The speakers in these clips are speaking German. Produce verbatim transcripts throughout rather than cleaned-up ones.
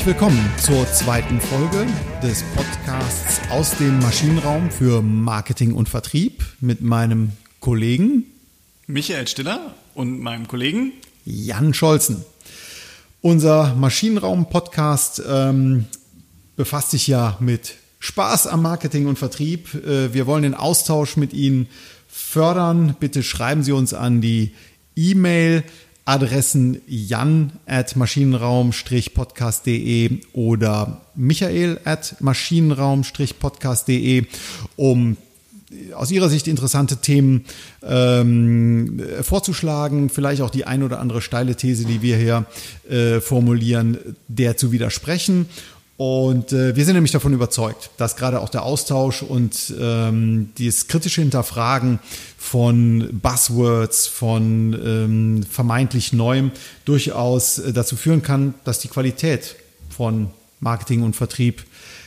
willkommen zur zweiten Folge des Podcasts aus dem Maschinenraum für Marketing und Vertrieb mit meinem Kollegen Michael Stiller und meinem Kollegen Jan Scholzen. Unser Maschinenraum-Podcast ähm, befasst sich ja mit Spaß am Marketing und Vertrieb. Äh, wir wollen den Austausch mit Ihnen fördern. Bitte schreiben Sie uns an die E-Mail Adressen jan at maschinenraum podcast punkt de oder michael at maschinenraum podcast punkt de, um aus Ihrer Sicht interessante Themen ähm, vorzuschlagen, vielleicht auch die ein oder andere steile These, die wir hier äh, formulieren, der zu widersprechen. Und äh, wir sind nämlich davon überzeugt, dass gerade auch der Austausch und ähm, das kritische Hinterfragen von Buzzwords, von ähm, vermeintlich Neuem durchaus äh, dazu führen kann, dass die Qualität von Marketing und Vertrieb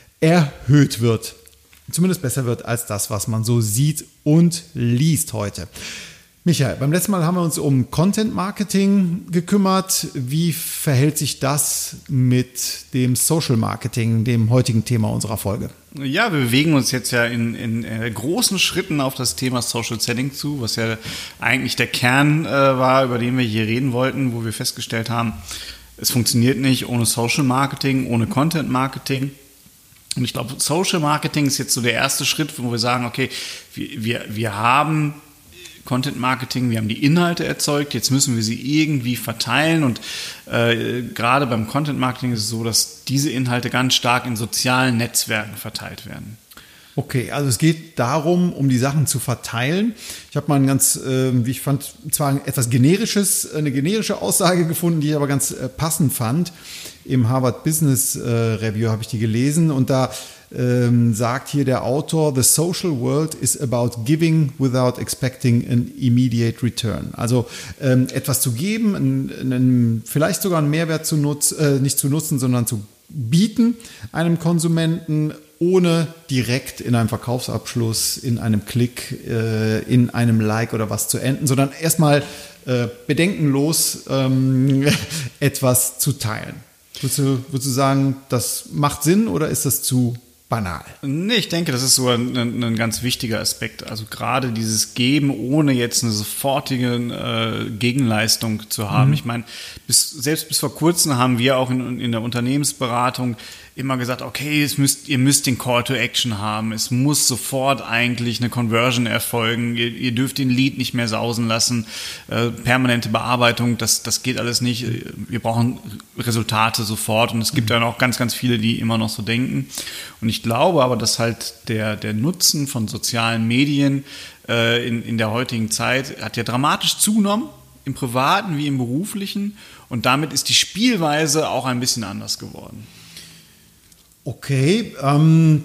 erhöht wird. Zumindest besser wird als das, was man so sieht und liest heute. Michael, beim letzten Mal haben wir uns um Content Marketing gekümmert. Wie verhält sich das mit dem Social Marketing, dem heutigen Thema unserer Folge? Ja, wir bewegen uns jetzt ja in, in äh, großen Schritten auf das Thema Social Selling zu, was ja eigentlich der Kern äh, war, über den wir hier reden wollten, wo wir festgestellt haben, es funktioniert nicht ohne Social Marketing, ohne Content Marketing. Und ich glaube, Social Marketing ist jetzt so der erste Schritt, wo wir sagen, okay, wir, wir, wir haben Content Marketing, wir haben die Inhalte erzeugt, jetzt müssen wir sie irgendwie verteilen und äh, gerade beim Content Marketing ist es so, dass diese Inhalte ganz stark in sozialen Netzwerken verteilt werden. Okay, also es geht darum, um die Sachen zu verteilen. Ich habe mal ein ganz, äh, wie ich fand, zwar ein etwas generisches, eine generische Aussage gefunden, die ich aber ganz äh, passend fand. Im Harvard Business äh, Review habe ich die gelesen und da ähm, sagt hier der Autor, "The social world is about giving without expecting an immediate return." Also ähm, etwas zu geben, einen, einen, vielleicht sogar einen Mehrwert zu nutzen, äh, nicht zu nutzen, sondern zu bieten einem Konsumenten, ohne direkt in einem Verkaufsabschluss, in einem Klick, äh, in einem Like oder was zu enden, sondern erstmal äh, bedenkenlos ähm, etwas zu teilen. Würdest du, würdest du sagen, das macht Sinn oder ist das zu banal? Nee, ich denke, das ist so ein, ein ganz wichtiger Aspekt. Also gerade dieses Geben, ohne jetzt eine sofortige äh, Gegenleistung zu haben. Mhm. Ich meine, bis, selbst bis vor kurzem haben wir auch in, in der Unternehmensberatung immer gesagt, okay, es müsst, ihr müsst den Call to Action haben. Es muss sofort eigentlich eine Conversion erfolgen. Ihr, ihr dürft den Lead nicht mehr sausen lassen. Äh, permanente Bearbeitung, das, das geht alles nicht. Wir brauchen Resultate sofort. Und es gibt dann auch ganz, ganz viele, die immer noch so denken. Und ich glaube aber, dass halt der, der Nutzen von sozialen Medien äh, in, in der heutigen Zeit hat ja dramatisch zugenommen, im Privaten wie im Beruflichen. Und damit ist die Spielweise auch ein bisschen anders geworden. Okay, ähm,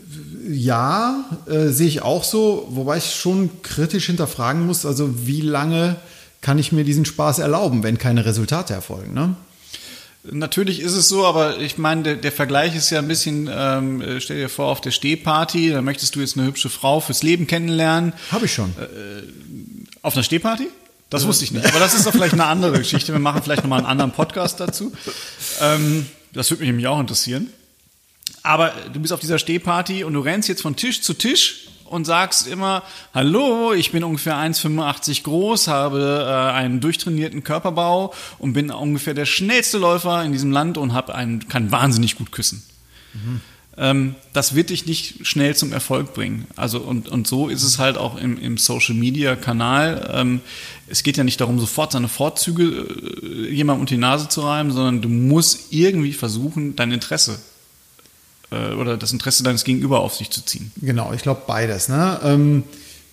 ja, äh, sehe ich auch so, wobei ich schon kritisch hinterfragen muss, also wie lange kann ich mir diesen Spaß erlauben, wenn keine Resultate erfolgen, ne? Natürlich ist es so, aber ich meine, der, der Vergleich ist ja ein bisschen, ähm, stell dir vor, auf der Stehparty, da möchtest du jetzt eine hübsche Frau fürs Leben kennenlernen. Habe ich schon. Äh, auf einer Stehparty? Das wusste ich nicht, aber das ist doch vielleicht eine andere Geschichte. Wir machen vielleicht nochmal einen anderen Podcast dazu. Ähm, das würde mich nämlich auch interessieren. Aber du bist auf dieser Stehparty und du rennst jetzt von Tisch zu Tisch und sagst immer, hallo, ich bin ungefähr eins Komma fünfundachtzig groß, habe äh, einen durchtrainierten Körperbau und bin ungefähr der schnellste Läufer in diesem Land und hab einen, kann wahnsinnig gut küssen. Mhm. Ähm, das wird dich nicht schnell zum Erfolg bringen. Also und, und so ist es halt auch im, im Social-Media-Kanal. Ähm, es geht ja nicht darum, sofort seine Vorzüge äh, jemandem unter die Nase zu reiben, sondern du musst irgendwie versuchen, dein Interesse oder das Interesse deines Gegenüber auf sich zu ziehen. Genau, ich glaube beides. Ne? Ähm,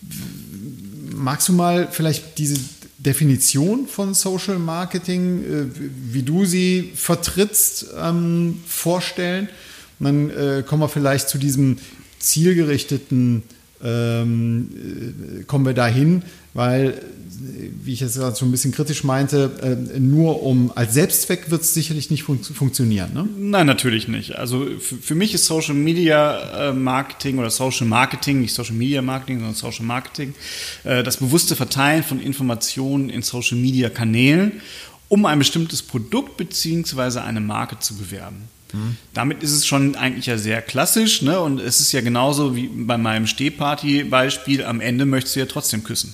magst du mal vielleicht diese Definition von Social Marketing, äh, wie du sie vertrittst, ähm, vorstellen? Und dann äh, kommen wir vielleicht zu diesem zielgerichteten, ähm, äh, kommen wir dahin, weil, wie ich es gerade schon ein bisschen kritisch meinte, äh, nur um als Selbstzweck wird es sicherlich nicht fun- funktionieren. Ne? Nein, natürlich nicht. Also für, für mich ist Social Media äh, Marketing oder Social Marketing, nicht Social Media Marketing, sondern Social Marketing, äh, das bewusste Verteilen von Informationen in Social Media Kanälen, um ein bestimmtes Produkt bzw. eine Marke zu bewerben. Mhm. Damit ist es schon eigentlich ja sehr klassisch, ne? Und es ist ja genauso wie bei meinem Stehparty-Beispiel, am Ende möchtest du ja trotzdem küssen.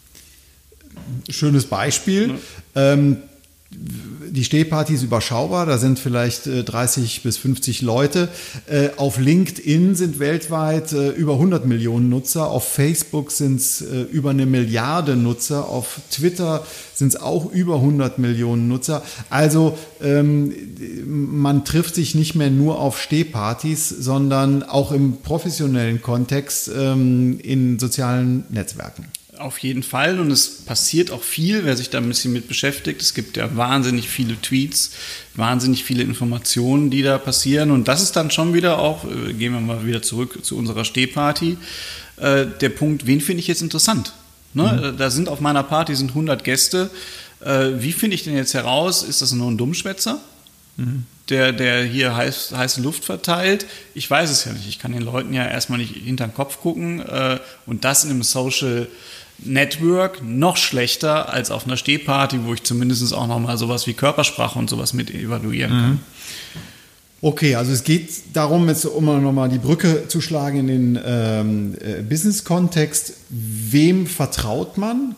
Schönes Beispiel. Ja. Ähm, Die Stehparty ist überschaubar, da sind vielleicht äh, dreißig bis fünfzig Leute. Äh, auf LinkedIn sind weltweit äh, über hundert Millionen Nutzer, auf Facebook sind es äh, über eine Milliarde Nutzer, auf Twitter sind es auch über hundert Millionen Nutzer. Also ähm, man trifft sich nicht mehr nur auf Stehpartys, sondern auch im professionellen Kontext ähm, in sozialen Netzwerken. Auf jeden Fall, und es passiert auch viel, wer sich da ein bisschen mit beschäftigt. Es gibt ja wahnsinnig viele Tweets, wahnsinnig viele Informationen, die da passieren, und das ist dann schon wieder auch, äh, gehen wir mal wieder zurück zu unserer Stehparty, äh, der Punkt, wen finde ich jetzt interessant? Ne? Mhm. Da sind auf meiner Party sind hundert Gäste. Äh, wie finde ich denn jetzt heraus, ist das nur ein Dummschwätzer? Mhm. Der, der hier heiß, heiße Luft verteilt? Ich weiß es ja nicht. Ich kann den Leuten ja erstmal nicht hinter den Kopf gucken, äh, und das in einem Social Network noch schlechter als auf einer Stehparty, wo ich zumindest auch noch mal sowas wie Körpersprache und sowas mit evaluieren kann. Mhm. Okay, also es geht darum, jetzt um noch mal die Brücke zu schlagen in den ähm, äh, Business-Kontext. Wem vertraut man?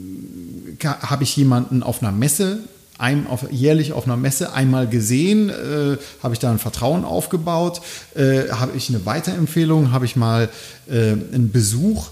Habe ich jemanden auf einer Messe, ein, auf, jährlich auf einer Messe einmal gesehen? Äh, habe ich da ein Vertrauen aufgebaut? Äh, habe ich eine Weiterempfehlung? Habe ich mal äh, einen Besuch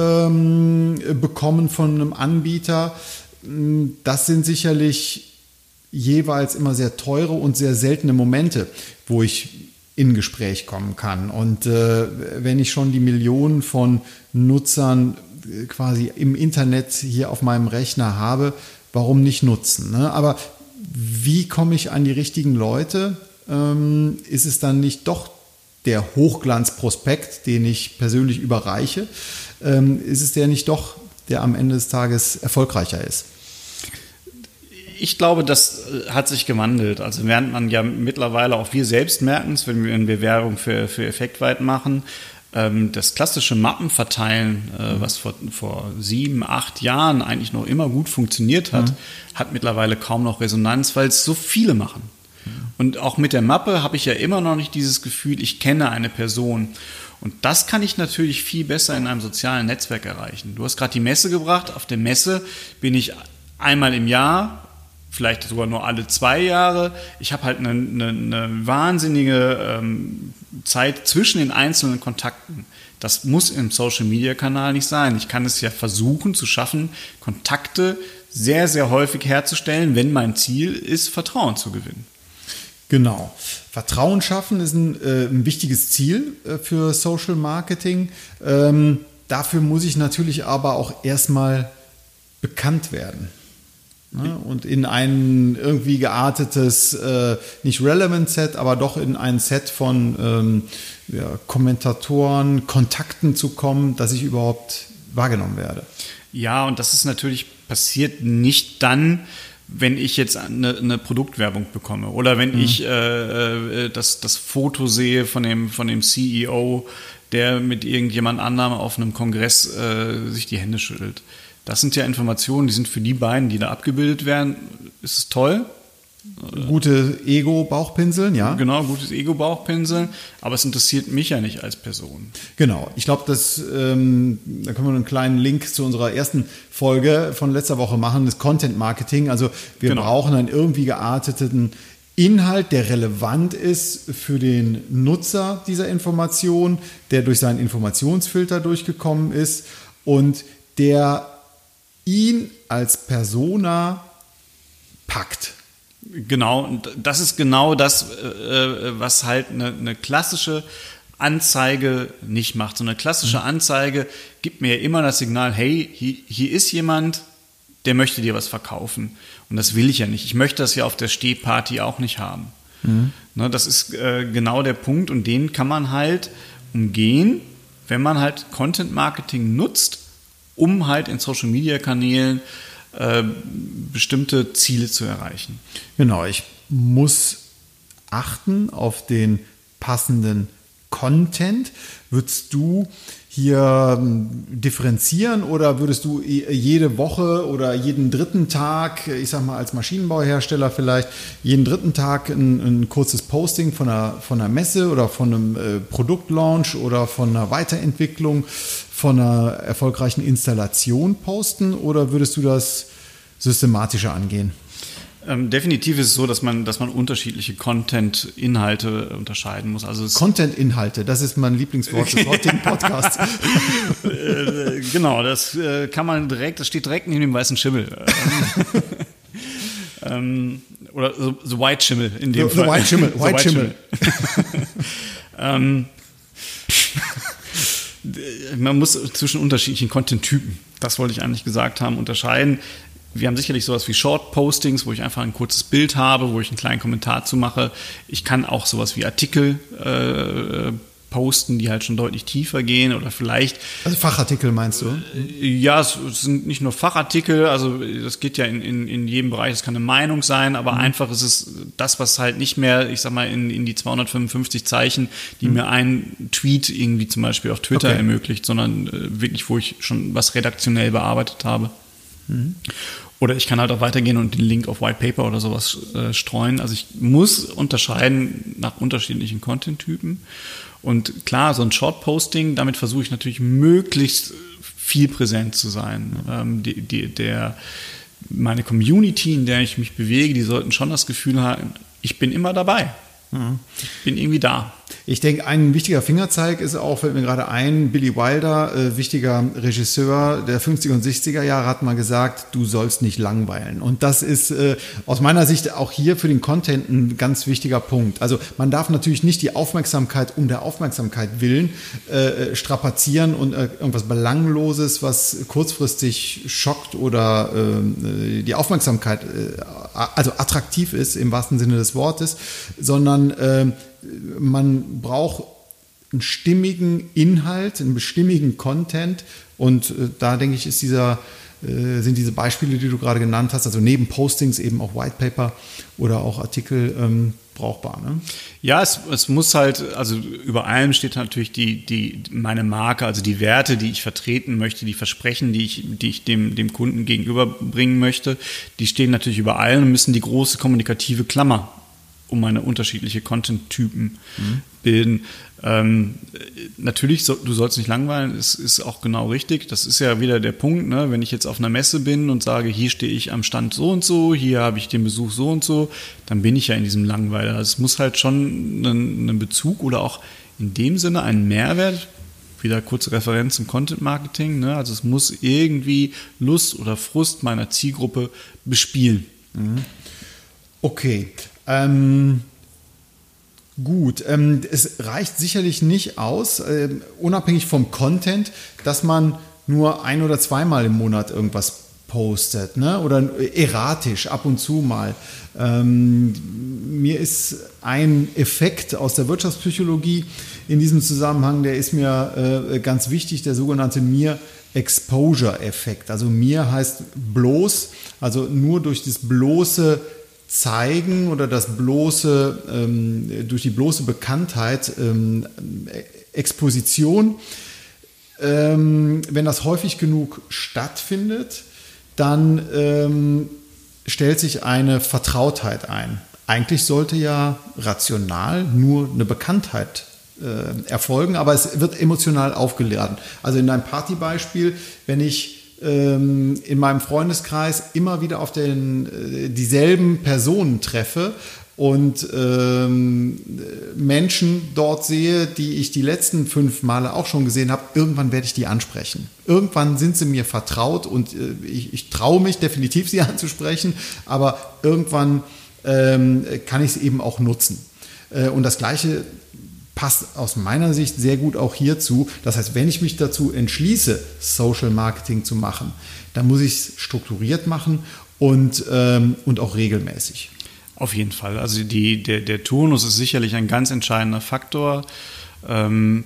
bekommen von einem Anbieter? Das sind sicherlich jeweils immer sehr teure und sehr seltene Momente, wo ich in Gespräch kommen kann. Und äh, wenn ich schon die Millionen von Nutzern quasi im Internet hier auf meinem Rechner habe, warum nicht nutzen? Ne? Aber wie komme ich an die richtigen Leute? Ähm, ist es dann nicht doch der Hochglanzprospekt, den ich persönlich überreiche? Ähm, ist es der nicht doch, der am Ende des Tages erfolgreicher ist? Ich glaube, das hat sich gewandelt. Also während man ja mittlerweile, auch wir selbst merken es, wenn wir eine Bewerbung für, für Effektweit machen, ähm, das klassische Mappenverteilen, äh, was vor, vor sieben, acht Jahren eigentlich noch immer gut funktioniert hat, mhm. hat mittlerweile kaum noch Resonanz, weil es so viele machen. Mhm. Und auch mit der Mappe habe ich ja immer noch nicht dieses Gefühl, ich kenne eine Person. Und das kann ich natürlich viel besser in einem sozialen Netzwerk erreichen. Du hast gerade die Messe gebracht. Auf der Messe bin ich einmal im Jahr, vielleicht sogar nur alle zwei Jahre. Ich habe halt eine, eine, eine wahnsinnige ähm, Zeit zwischen den einzelnen Kontakten. Das muss im Social-Media-Kanal nicht sein. Ich kann es ja versuchen zu schaffen, Kontakte sehr, sehr häufig herzustellen, wenn mein Ziel ist, Vertrauen zu gewinnen. Genau. Vertrauen schaffen ist ein, äh, ein wichtiges Ziel äh, für Social Marketing. Ähm, dafür muss ich natürlich aber auch erstmal bekannt werden. Ne? Und in ein irgendwie geartetes, äh, nicht Relevant Set, aber doch in ein Set von ähm, ja, Kommentatoren, Kontakten zu kommen, dass ich überhaupt wahrgenommen werde. Ja, und das ist natürlich passiert nicht dann, wenn ich jetzt eine, eine Produktwerbung bekomme oder wenn mhm. ich äh, das, das Foto sehe von dem, von dem C E O, der mit irgendjemand anderem auf einem Kongress äh, sich die Hände schüttelt. Das sind ja Informationen, die sind für die beiden, die da abgebildet werden, ist es toll. Gute Ego-Bauchpinseln, ja. Genau, gutes Ego-Bauchpinseln, aber es interessiert mich ja nicht als Person. Genau, ich glaube, dass ähm, da können wir einen kleinen Link zu unserer ersten Folge von letzter Woche machen, das Content Marketing. Also wir genau. brauchen einen irgendwie gearteten Inhalt, der relevant ist für den Nutzer dieser Information, der durch seinen Informationsfilter durchgekommen ist und der ihn als Persona packt. Genau, und das ist genau das, was halt eine, eine klassische Anzeige nicht macht. So eine klassische Anzeige gibt mir immer das Signal, hey, hier, hier ist jemand, der möchte dir was verkaufen. Und das will ich ja nicht. Ich möchte das ja auf der Stehparty auch nicht haben. Mhm. Ne, das ist äh, genau der Punkt, und den kann man halt umgehen, wenn man halt Content Marketing nutzt, um halt in Social Media Kanälen äh, bestimmte Ziele zu erreichen. Genau, ich muss achten auf den passenden Content. Würdest du hier differenzieren oder würdest du jede Woche oder jeden dritten Tag, ich sag mal als Maschinenbauhersteller vielleicht, jeden dritten Tag ein, ein kurzes Posting von einer, von einer Messe oder von einem äh, Produktlaunch oder von einer Weiterentwicklung, von einer erfolgreichen Installation posten oder würdest du das systematischer angehen? Ähm, definitiv ist es so, dass man, dass man unterschiedliche Content-Inhalte unterscheiden muss. Also Content-Inhalte, das ist mein Lieblingswort des heutigen Podcasts. äh, genau, das äh, kann man direkt, das steht direkt neben dem weißen Schimmel. ähm, oder so, so White Schimmel in dem the, Fall. The White Schimmel. The White White Schimmel. ähm, man muss zwischen unterschiedlichen Content-Typen, das wollte ich eigentlich gesagt haben, unterscheiden. Wir haben sicherlich sowas wie Short-Postings, wo ich einfach ein kurzes Bild habe, wo ich einen kleinen Kommentar zu mache. Ich kann auch sowas wie Artikel äh, posten, die halt schon deutlich tiefer gehen oder vielleicht... Also Fachartikel meinst du? Ja, es sind nicht nur Fachartikel, also das geht ja in, in, in jedem Bereich, es kann eine Meinung sein, aber mhm. einfach ist es das, was halt nicht mehr, ich sag mal, in, in die zweihundertfünfundfünfzig Zeichen, die mhm. mir einen Tweet irgendwie zum Beispiel auf Twitter okay. ermöglicht, sondern äh, wirklich, wo ich schon was redaktionell bearbeitet habe. Mhm. Oder ich kann halt auch weitergehen und den Link auf White Paper oder sowas äh, streuen. Also ich muss unterscheiden nach unterschiedlichen Content-Typen. Und klar, so ein Short-Posting, damit versuche ich natürlich möglichst viel präsent zu sein. Ähm, die, die, der, meine Community, in der ich mich bewege, die sollten schon das Gefühl haben, ich bin immer dabei. Mhm. Ich bin irgendwie da. Ich denke, ein wichtiger Fingerzeig ist auch, fällt mir gerade ein, Billy Wilder, äh, wichtiger Regisseur der fünfziger und sechziger Jahre, hat mal gesagt, du sollst nicht langweilen. Und das ist äh, aus meiner Sicht auch hier für den Content ein ganz wichtiger Punkt. Also man darf natürlich nicht die Aufmerksamkeit um der Aufmerksamkeit willen äh, strapazieren und äh, irgendwas Belangloses, was kurzfristig schockt oder äh, die Aufmerksamkeit äh, also attraktiv ist im wahrsten Sinne des Wortes, sondern äh, man braucht einen stimmigen Inhalt, einen stimmigen Content und äh, da denke ich, ist dieser, äh, sind diese Beispiele, die du gerade genannt hast, also neben Postings eben auch White Paper oder auch Artikel ähm, brauchbar. Ne? Ja, es, es muss halt, also über allem steht natürlich die, die, meine Marke, also die Werte, die ich vertreten möchte, die Versprechen, die ich, die ich dem, dem Kunden gegenüberbringen möchte, die stehen natürlich über allem und müssen die große kommunikative Klammer um meine unterschiedliche Content-Typen mhm. bilden. Ähm, natürlich, so, du sollst nicht langweilen, ist, ist auch genau richtig. Das ist ja wieder der Punkt, ne? Wenn ich jetzt auf einer Messe bin und sage, hier stehe ich am Stand so und so, hier habe ich den Besuch so und so, dann bin ich ja in diesem Langweiler. Also es muss halt schon einen, einen Bezug oder auch in dem Sinne einen Mehrwert, wieder kurze Referenz zum Content-Marketing, ne? Also es muss irgendwie Lust oder Frust meiner Zielgruppe bespielen. Mhm. Okay. Ähm, gut, ähm, es reicht sicherlich nicht aus, äh, unabhängig vom Content, dass man nur ein- oder zweimal im Monat irgendwas postet, ne? Oder erratisch ab und zu mal. Ähm, mir ist ein Effekt aus der Wirtschaftspsychologie in diesem Zusammenhang, der ist mir äh, ganz wichtig, der sogenannte Mere-Exposure-Effekt. Also Mere heißt bloß, also nur durch das bloße Zeigen oder das bloße, ähm, durch die bloße Bekanntheit, ähm, Exposition, ähm, wenn das häufig genug stattfindet, dann ähm, stellt sich eine Vertrautheit ein. Eigentlich sollte ja rational nur eine Bekanntheit äh, erfolgen, aber es wird emotional aufgeladen. Also in deinem Partybeispiel, wenn ich in meinem Freundeskreis immer wieder auf den, dieselben Personen treffe und ähm, Menschen dort sehe, die ich die letzten fünf Male auch schon gesehen habe, irgendwann werde ich die ansprechen. Irgendwann sind sie mir vertraut und äh, ich, ich traue mich definitiv, sie anzusprechen, aber irgendwann ähm, kann ich sie eben auch nutzen. Äh, und das Gleiche passt aus meiner Sicht sehr gut auch hierzu. Das heißt, wenn ich mich dazu entschließe, Social Marketing zu machen, dann muss ich es strukturiert machen und, ähm, und auch regelmäßig. Auf jeden Fall. Also die, der, der Turnus ist sicherlich ein ganz entscheidender Faktor. Ähm,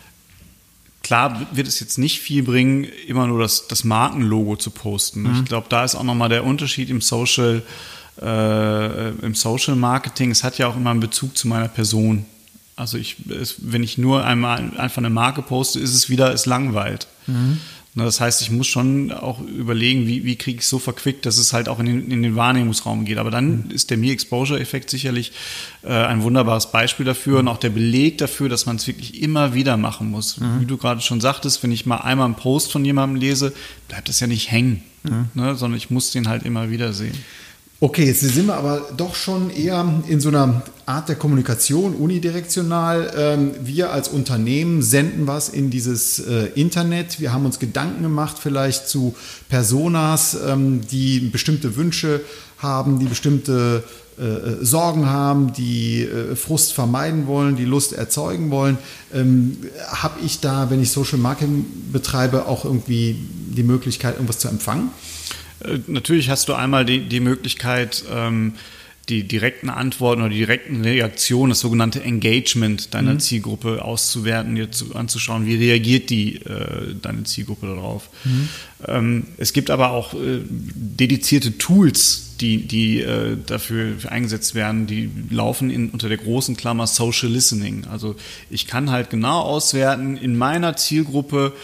klar wird es jetzt nicht viel bringen, immer nur das, das Markenlogo zu posten. Mhm. Ich glaube, da ist auch nochmal der Unterschied im Social, äh, im Social Marketing. Es hat ja auch immer einen Bezug zu meiner Person. Also ich, es, wenn ich nur einmal einfach eine Marke poste, ist es wieder, es langweilt. Mhm. Das heißt, ich muss schon auch überlegen, wie, wie kriege ich es so verquickt, dass es halt auch in den, in den Wahrnehmungsraum geht. Aber dann mhm. ist der Me-Exposure-Effekt sicherlich äh, ein wunderbares Beispiel dafür und auch der Beleg dafür, dass man es wirklich immer wieder machen muss. Mhm. Wie du gerade schon sagtest, wenn ich mal einmal einen Post von jemandem lese, bleibt das ja nicht hängen, mhm. ne, sondern ich muss den halt immer wieder sehen. Okay, jetzt sind wir aber doch schon eher in so einer Art der Kommunikation, unidirektional. Ähm, wir als Unternehmen senden was in dieses äh, Internet. Wir haben uns Gedanken gemacht vielleicht zu Personas, ähm, die bestimmte Wünsche haben, die bestimmte äh, Sorgen haben, die äh, Frust vermeiden wollen, die Lust erzeugen wollen. Ähm, habe ich da, wenn ich Social Marketing betreibe, auch irgendwie die Möglichkeit, irgendwas zu empfangen? Natürlich hast du einmal die, die Möglichkeit, ähm, die direkten Antworten oder die direkten Reaktionen, das sogenannte Engagement deiner mhm. Zielgruppe auszuwerten, dir zu, anzuschauen, wie reagiert die äh, deine Zielgruppe darauf. Mhm. Ähm, es gibt aber auch äh, dedizierte Tools, die, die äh, dafür eingesetzt werden, die laufen in, unter der großen Klammer Social Listening. Also ich kann halt genau auswerten, in meiner Zielgruppe,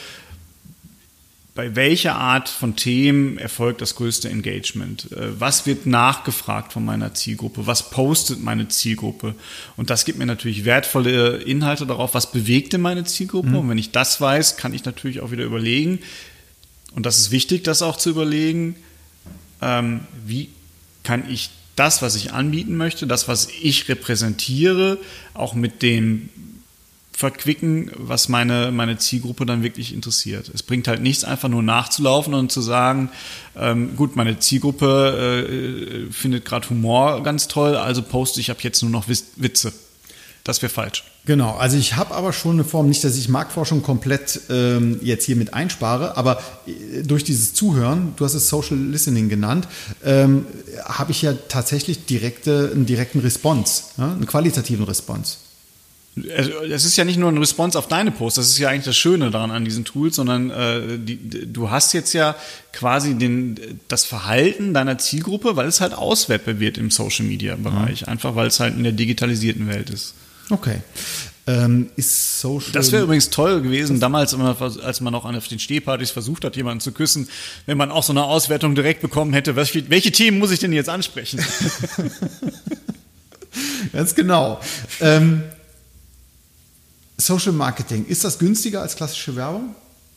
bei welcher Art von Themen erfolgt das größte Engagement? Was wird nachgefragt von meiner Zielgruppe? Was postet meine Zielgruppe? Und das gibt mir natürlich wertvolle Inhalte darauf, was bewegte meine Zielgruppe? Mhm. Und wenn ich das weiß, kann ich natürlich auch wieder überlegen, und das ist wichtig, das auch zu überlegen, ähm, wie kann ich das, was ich anbieten möchte, das, was ich repräsentiere, auch mit dem verquicken, was meine, meine Zielgruppe dann wirklich interessiert. Es bringt halt nichts, einfach nur nachzulaufen und zu sagen, ähm, gut, meine Zielgruppe äh, findet gerade Humor ganz toll, also poste ich ab jetzt nur noch Witze. Das wäre falsch. Genau, also ich habe aber schon eine Form, nicht, dass ich Marktforschung komplett ähm, jetzt hier mit einspare, aber durch dieses Zuhören, du hast es Social Listening genannt, ähm, habe ich ja tatsächlich direkte, einen direkten Response, ja, einen qualitativen Response. Es ist ja nicht nur ein Response auf deine Posts, das ist ja eigentlich das Schöne daran an diesen Tools, sondern äh, die, du hast jetzt ja quasi den, das Verhalten deiner Zielgruppe, weil es halt auswertbar wird im Social-Media-Bereich, mhm. einfach weil es halt in der digitalisierten Welt ist. Okay. Ähm, ist Social... Das wäre übrigens toll gewesen, damals, als man noch auf den Stehpartys versucht hat, jemanden zu küssen, wenn man auch so eine Auswertung direkt bekommen hätte, welche, welche Themen muss ich denn jetzt ansprechen? Ganz genau. Ähm, Social Marketing, ist das günstiger als klassische Werbung?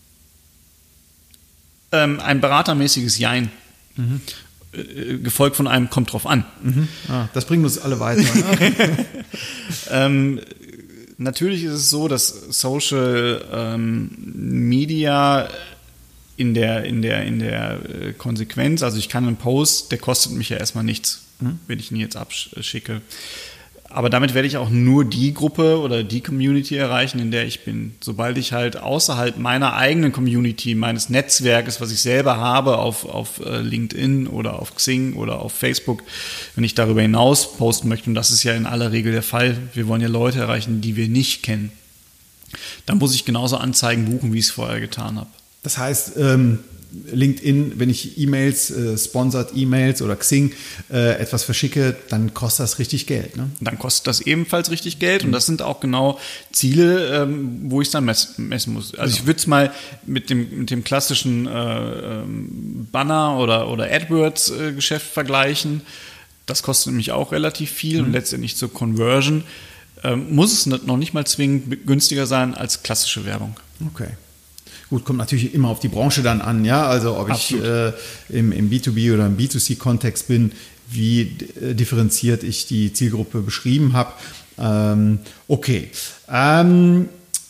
Ähm, ein beratermäßiges Jein. Mhm. Äh, gefolgt von einem kommt drauf an. Mhm. Ah, das bringt uns alle weiter. Ne? ähm, natürlich ist es so, dass Social ähm, Media in der, in der, in der Konsequenz, also ich kann einen Post, der kostet mich ja erstmal nichts, mhm. wenn ich ihn jetzt abschicke. Aber damit werde ich auch nur die Gruppe oder die Community erreichen, in der ich bin. Sobald ich halt außerhalb meiner eigenen Community, meines Netzwerkes, was ich selber habe, auf, auf LinkedIn oder auf Xing oder auf Facebook, wenn ich darüber hinaus posten möchte, und das ist ja in aller Regel der Fall, wir wollen ja Leute erreichen, die wir nicht kennen, dann muss ich genauso Anzeigen buchen, wie ich es vorher getan habe. Das heißt, ähm LinkedIn, wenn ich E-Mails, äh, Sponsored E-Mails oder Xing äh, etwas verschicke, dann kostet das richtig Geld. Ne? Dann kostet das ebenfalls richtig Geld, mhm. und das sind auch genau Ziele, ähm, wo ich es dann mess- messen muss. Also genau. Ich würde es mal mit dem, mit dem klassischen äh, ähm, Banner- oder, oder AdWords-Geschäft äh, vergleichen. Das kostet nämlich auch relativ viel, mhm. und letztendlich zur Conversion ähm, muss es noch nicht mal zwingend günstiger sein als klassische Werbung. Okay. Gut, kommt natürlich immer auf die Branche dann an, ja, also ob Absolut. ich äh, im, im B zwei B oder im B zwei C-Kontext bin, wie äh, differenziert ich die Zielgruppe beschrieben habe. Ähm, okay. Ähm,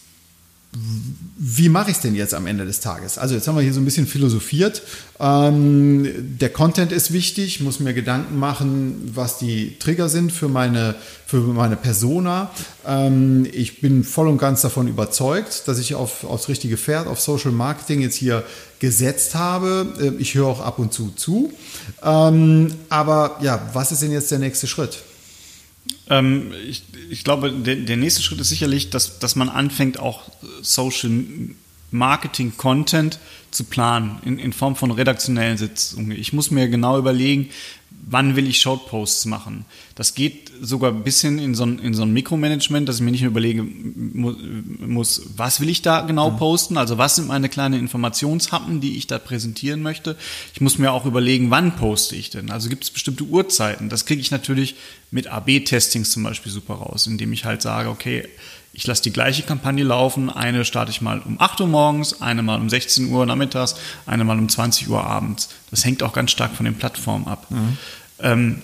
wie mache ich es denn jetzt am Ende des Tages? Also jetzt haben wir hier so ein bisschen philosophiert. Ähm, der Content ist wichtig, muss mir Gedanken machen, was die Trigger sind für meine, für meine Persona. Ähm, ich bin voll und ganz davon überzeugt, dass ich auf, aufs richtige Pferd, auf Social Marketing jetzt hier gesetzt habe. Ich höre auch ab und zu zu. Ähm, aber ja, was ist denn jetzt der nächste Schritt? Ähm, ich, ich glaube, der, der nächste Schritt ist sicherlich, dass, dass man anfängt, auch Social Marketing-Content zu planen, in, in Form von redaktionellen Sitzungen. Ich muss mir genau überlegen, wann will ich Shortposts machen. Das geht sogar ein bisschen in so ein, in so ein Mikromanagement, dass ich mir nicht nur überlege mu- muss, was will ich da genau posten, also was sind meine kleinen Informationshappen, die ich da präsentieren möchte. Ich muss mir auch überlegen, wann poste ich denn. Also gibt es bestimmte Uhrzeiten. Das kriege ich natürlich mit A B Testings zum Beispiel super raus, indem ich halt sage, okay, ich lasse die gleiche Kampagne laufen, eine starte ich mal um acht Uhr morgens, eine mal um sechzehn Uhr nachmittags, eine mal um zwanzig Uhr abends. Das hängt auch ganz stark von den Plattformen ab. Mhm. Ähm,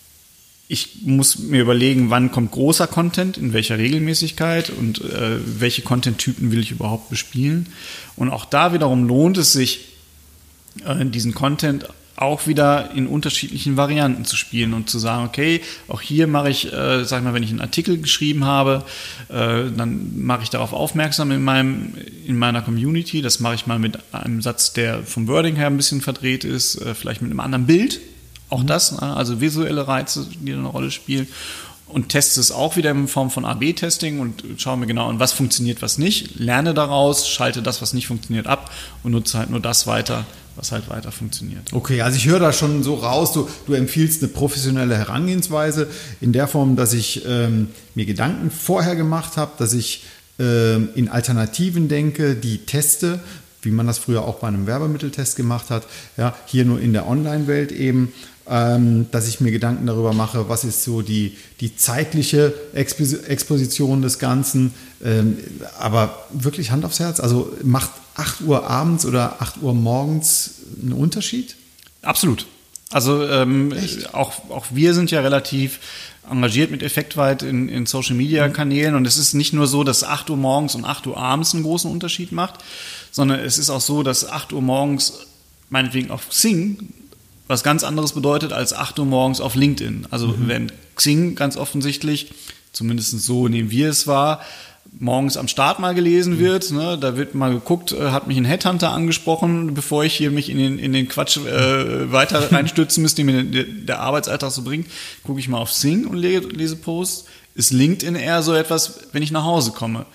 ich muss mir überlegen, wann kommt großer Content, in welcher Regelmäßigkeit und äh, welche Content-Typen will ich überhaupt bespielen. Und auch da wiederum lohnt es sich, äh, diesen Content auch wieder in unterschiedlichen Varianten zu spielen und zu sagen, okay, auch hier mache ich, äh, sag ich mal, wenn ich einen Artikel geschrieben habe, äh, dann mache ich darauf aufmerksam in meinem, in meiner Community. Das mache ich mal mit einem Satz, der vom Wording her ein bisschen verdreht ist, äh, vielleicht mit einem anderen Bild. Auch mhm. das, also visuelle Reize, die eine Rolle spielen. Und teste es auch wieder in Form von A B Testing und schaue mir genau an, was funktioniert, was nicht. Lerne daraus, schalte das, was nicht funktioniert, ab und nutze halt nur das weiter, was halt weiter funktioniert. Okay, also ich höre da schon so raus, du, du empfiehlst eine professionelle Herangehensweise in der Form, dass ich ähm, mir Gedanken vorher gemacht habe, dass ich ähm, in Alternativen denke, die teste, wie man das früher auch bei einem Werbemitteltest gemacht hat, ja, hier nur in der Online-Welt eben, ähm, dass ich mir Gedanken darüber mache, was ist so die, die zeitliche Expos- Exposition des Ganzen, ähm, aber wirklich Hand aufs Herz, also macht acht Uhr abends oder acht Uhr morgens einen Unterschied? Absolut. Also ähm, auch, auch wir sind ja relativ engagiert mit Effektweit in, in Social-Media-Kanälen und es ist nicht nur so, dass acht Uhr morgens und acht Uhr abends einen großen Unterschied macht, sondern es ist auch so, dass acht Uhr morgens meinetwegen auf Xing was ganz anderes bedeutet als acht Uhr morgens auf LinkedIn. Also mhm. wenn Xing ganz offensichtlich, zumindest so nehmen wir es wahr, morgens am Start mal gelesen wird, ne, da wird mal geguckt, äh, hat mich ein Headhunter angesprochen, bevor ich hier mich in den, in den Quatsch äh, weiter reinstürzen müsste, den mir der, der Arbeitsalltag so bringt, gucke ich mal auf Xing und lese, lese Posts. Ist LinkedIn eher so etwas, wenn ich nach Hause komme?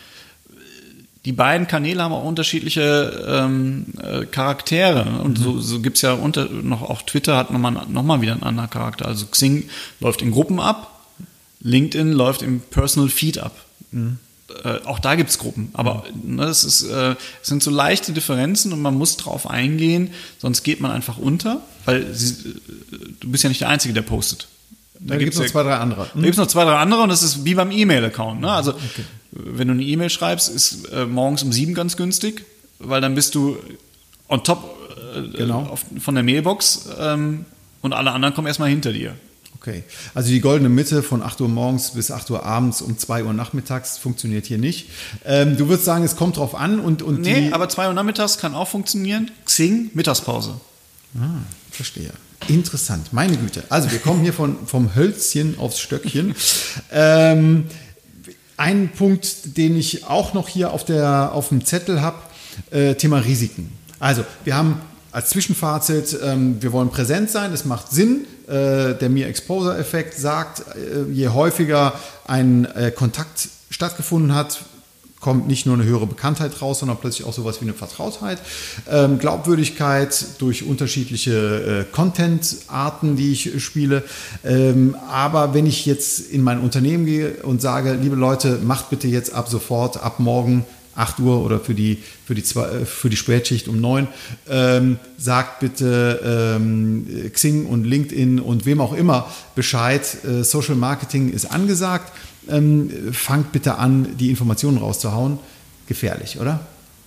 Die beiden Kanäle haben auch unterschiedliche ähm, äh, Charaktere und mhm. so, so gibt es ja unter, noch auch Twitter hat nochmal noch mal wieder einen anderen Charakter. Also Xing läuft in Gruppen ab, LinkedIn läuft im Personal Feed ab. Mhm. Äh, auch da gibt es Gruppen, aber mhm. ne, es, ist, äh, es sind so leichte Differenzen und man muss drauf eingehen, sonst geht man einfach unter, weil sie, äh, du bist ja nicht der Einzige, der postet. Da, da gibt es noch zwei, drei andere. Da gibt es noch zwei, drei andere und das ist wie beim E-Mail-Account. Ne? Also okay. wenn du eine E-Mail schreibst, ist äh, morgens um sieben ganz günstig, weil dann bist du on top äh, genau. auf, von der Mailbox ähm, und alle anderen kommen erstmal hinter dir. Okay, also die goldene Mitte von acht Uhr morgens bis acht Uhr abends um zwei Uhr nachmittags funktioniert hier nicht. Ähm, du würdest sagen, es kommt drauf an und... und nee, die aber zwei Uhr nachmittags kann auch funktionieren. Xing, Mittagspause. Ah, verstehe. Interessant, meine Güte. Also wir kommen hier von, vom Hölzchen aufs Stöckchen. ähm, ein Punkt, den ich auch noch hier auf, der, auf dem Zettel habe, äh, Thema Risiken. Also wir haben als Zwischenfazit, ähm, wir wollen präsent sein, es macht Sinn. Äh, der Mere-Exposure-Effekt sagt, äh, je häufiger ein äh, Kontakt stattgefunden hat, kommt nicht nur eine höhere Bekanntheit raus, sondern plötzlich auch sowas wie eine Vertrautheit. Ähm, Glaubwürdigkeit durch unterschiedliche äh, Content-Arten, die ich spiele. Ähm, aber wenn ich jetzt in mein Unternehmen gehe und sage, liebe Leute, macht bitte jetzt ab sofort, ab morgen acht Uhr oder für die, für die, zwei, für die Spätschicht um neun, ähm, sagt bitte ähm, Xing und LinkedIn und wem auch immer Bescheid, äh, Social Marketing ist angesagt. Ähm, fangt bitte an, die Informationen rauszuhauen. Gefährlich, oder?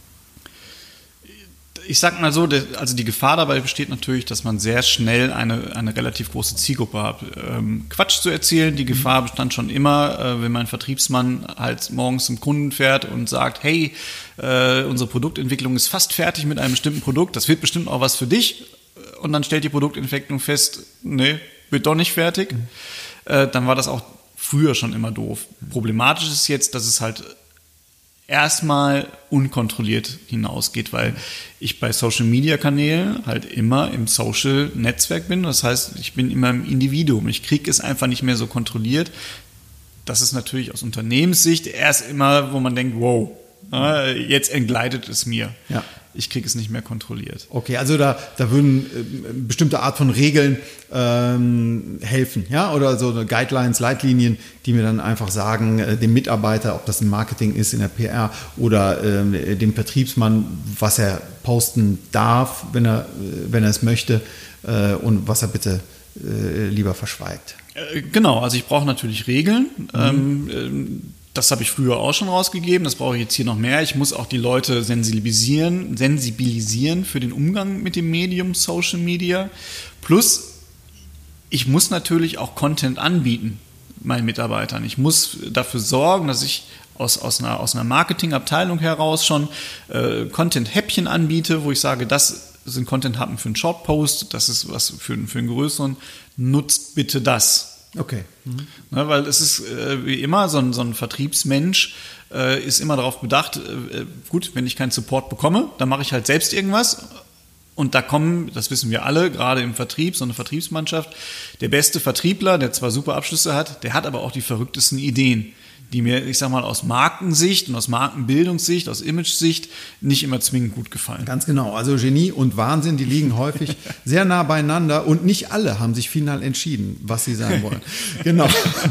Ich sag mal so, also die Gefahr dabei besteht natürlich, dass man sehr schnell eine, eine relativ große Zielgruppe hat. Ähm, Quatsch zu erzählen, die Gefahr bestand schon immer, äh, wenn mein Vertriebsmann halt morgens zum Kunden fährt und sagt, hey, äh, unsere Produktentwicklung ist fast fertig mit einem bestimmten Produkt, das wird bestimmt auch was für dich. Und dann stellt die Produktentwicklung fest, nee, wird doch nicht fertig. Mhm. Äh, dann war das auch früher schon immer doof. Problematisch ist jetzt, dass es halt erstmal unkontrolliert hinausgeht, weil ich bei Social-Media-Kanälen halt immer im Social-Netzwerk bin. Das heißt, ich bin immer im Individuum. Ich kriege es einfach nicht mehr so kontrolliert. Das ist natürlich aus Unternehmenssicht erst immer, wo man denkt, wow, äh, jetzt entgleitet es mir. Ja. Ich kriege es nicht mehr kontrolliert. Okay, also da, da würden äh, bestimmte Art von Regeln ähm, helfen, ja, oder so eine Guidelines, Leitlinien, die mir dann einfach sagen, äh, dem Mitarbeiter, ob das im Marketing ist, in der P R oder äh, dem Vertriebsmann, was er posten darf, wenn er, wenn er es möchte äh, und was er bitte äh, lieber verschweigt. Äh, genau, also ich brauche natürlich Regeln. Mhm. Ähm, ähm, Das habe ich früher auch schon rausgegeben, das brauche ich jetzt hier noch mehr. Ich muss auch die Leute sensibilisieren, sensibilisieren für den Umgang mit dem Medium Social Media. Plus, ich muss natürlich auch Content anbieten meinen Mitarbeitern. Ich muss dafür sorgen, dass ich aus, aus einer, aus einer Marketingabteilung heraus schon äh, Content-Häppchen anbiete, wo ich sage, das sind Content-Happen für einen Shortpost, das ist was für, für einen größeren. Nutzt bitte das. Okay. Mhm. Ne, weil es ist äh, wie immer, so ein, so ein Vertriebsmensch äh, ist immer darauf bedacht, äh, gut, wenn ich keinen Support bekomme, dann mache ich halt selbst irgendwas. Und da kommen, das wissen wir alle, gerade im Vertrieb, so eine Vertriebsmannschaft, der beste Vertriebler, der zwar super Abschlüsse hat, der hat aber auch die verrücktesten Ideen, die mir, ich sag mal, aus Markensicht und aus Markenbildungssicht, aus Image-Sicht nicht immer zwingend gut gefallen. Ganz genau. Also Genie und Wahnsinn, die liegen häufig sehr nah beieinander und nicht alle haben sich final entschieden, was sie sein wollen. Genau.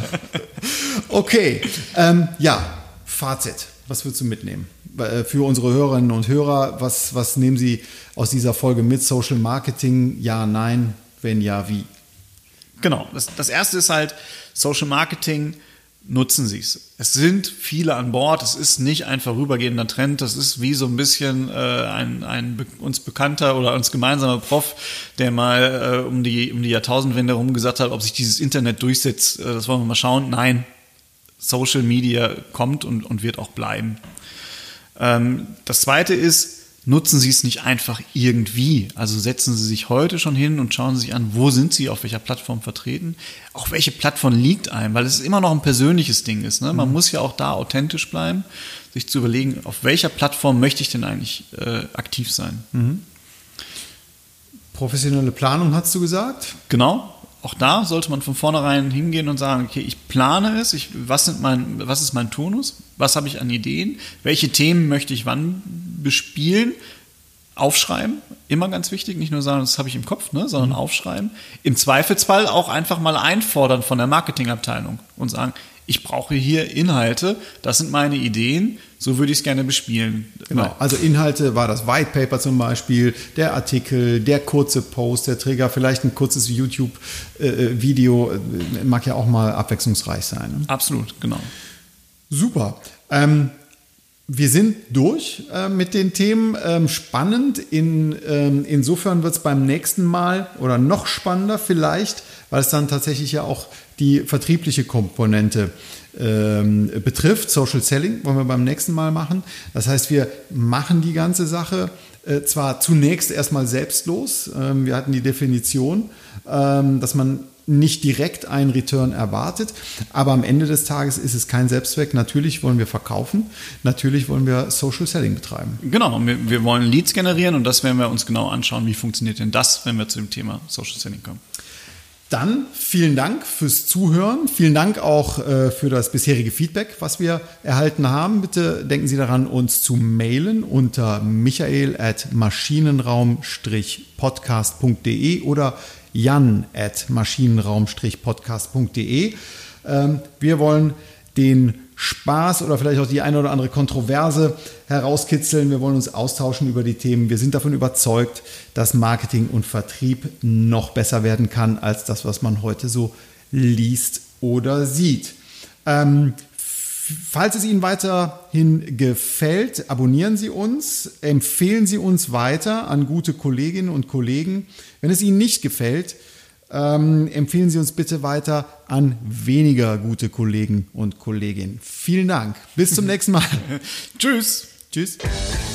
Okay. Ähm, ja, Fazit. Was würdest du mitnehmen? Für unsere Hörerinnen und Hörer, was, was nehmen Sie aus dieser Folge mit? Social Marketing? Ja, nein? Wenn ja, wie? Genau. Das, das erste ist halt Social Marketing. Nutzen Sie es. Es sind viele an Bord. Es ist nicht ein vorübergehender Trend. Das ist wie so ein bisschen äh, ein, ein be- uns bekannter oder uns gemeinsamer Prof, der mal äh, um die um die Jahrtausendwende herum gesagt hat, ob sich dieses Internet durchsetzt. Äh, das wollen wir mal schauen. Nein, Social Media kommt und, und wird auch bleiben. Ähm, das Zweite ist, nutzen Sie es nicht einfach irgendwie. Also setzen Sie sich heute schon hin und schauen Sie sich an, wo sind Sie, auf welcher Plattform vertreten. Auch welche Plattform liegt einem, weil es immer noch ein persönliches Ding ist. Ne? Man mhm. muss ja auch da authentisch bleiben, sich zu überlegen, auf welcher Plattform möchte ich denn eigentlich äh, aktiv sein. Mhm. Professionelle Planung, hast du gesagt? Genau. Auch da sollte man von vornherein hingehen und sagen, okay, ich plane es, ich, was, sind mein, was ist mein Turnus, was habe ich an Ideen, welche Themen möchte ich wann bespielen, aufschreiben, immer ganz wichtig, nicht nur sagen, das habe ich im Kopf, ne, sondern mhm. aufschreiben. Im Zweifelsfall auch einfach mal einfordern von der Marketingabteilung und sagen, ich brauche hier Inhalte, das sind meine Ideen, so würde ich es gerne bespielen. Genau, also Inhalte war das White Paper zum Beispiel, der Artikel, der kurze Post, der Trigger, vielleicht ein kurzes YouTube-Video, äh, mag ja auch mal abwechslungsreich sein. Ne? Absolut, genau. Super. Ähm, wir sind durch äh, mit den Themen. Ähm, spannend. In, ähm, insofern wird es beim nächsten Mal oder noch spannender vielleicht, weil es dann tatsächlich ja auch die vertriebliche Komponente ähm, betrifft. Social Selling wollen wir beim nächsten Mal machen. Das heißt, wir machen die ganze Sache äh, zwar zunächst erstmal selbstlos. Ähm, wir hatten die Definition, ähm, dass man nicht direkt einen Return erwartet, aber am Ende des Tages ist es kein Selbstzweck. Natürlich wollen wir verkaufen, natürlich wollen wir Social Selling betreiben. Genau, wir, wir wollen Leads generieren und das werden wir uns genau anschauen, wie funktioniert denn das, wenn wir zu dem Thema Social Selling kommen. Dann vielen Dank fürs Zuhören. Vielen Dank auch äh, für das bisherige Feedback, was wir erhalten haben. Bitte denken Sie daran, uns zu mailen unter michael at maschinenraum podcast punkt de oder jan at maschinenraum podcast punkt de. Ähm, wir wollen den Spaß oder vielleicht auch die eine oder andere Kontroverse herauskitzeln. Wir wollen uns austauschen über die Themen. Wir sind davon überzeugt, dass Marketing und Vertrieb noch besser werden kann als das, was man heute so liest oder sieht. Ähm, falls es Ihnen weiterhin gefällt, abonnieren Sie uns, empfehlen Sie uns weiter an gute Kolleginnen und Kollegen. Wenn es Ihnen nicht gefällt, Ähm, empfehlen Sie uns bitte weiter an weniger gute Kollegen und Kolleginnen. Vielen Dank. Bis zum nächsten Mal. Tschüss. Tschüss.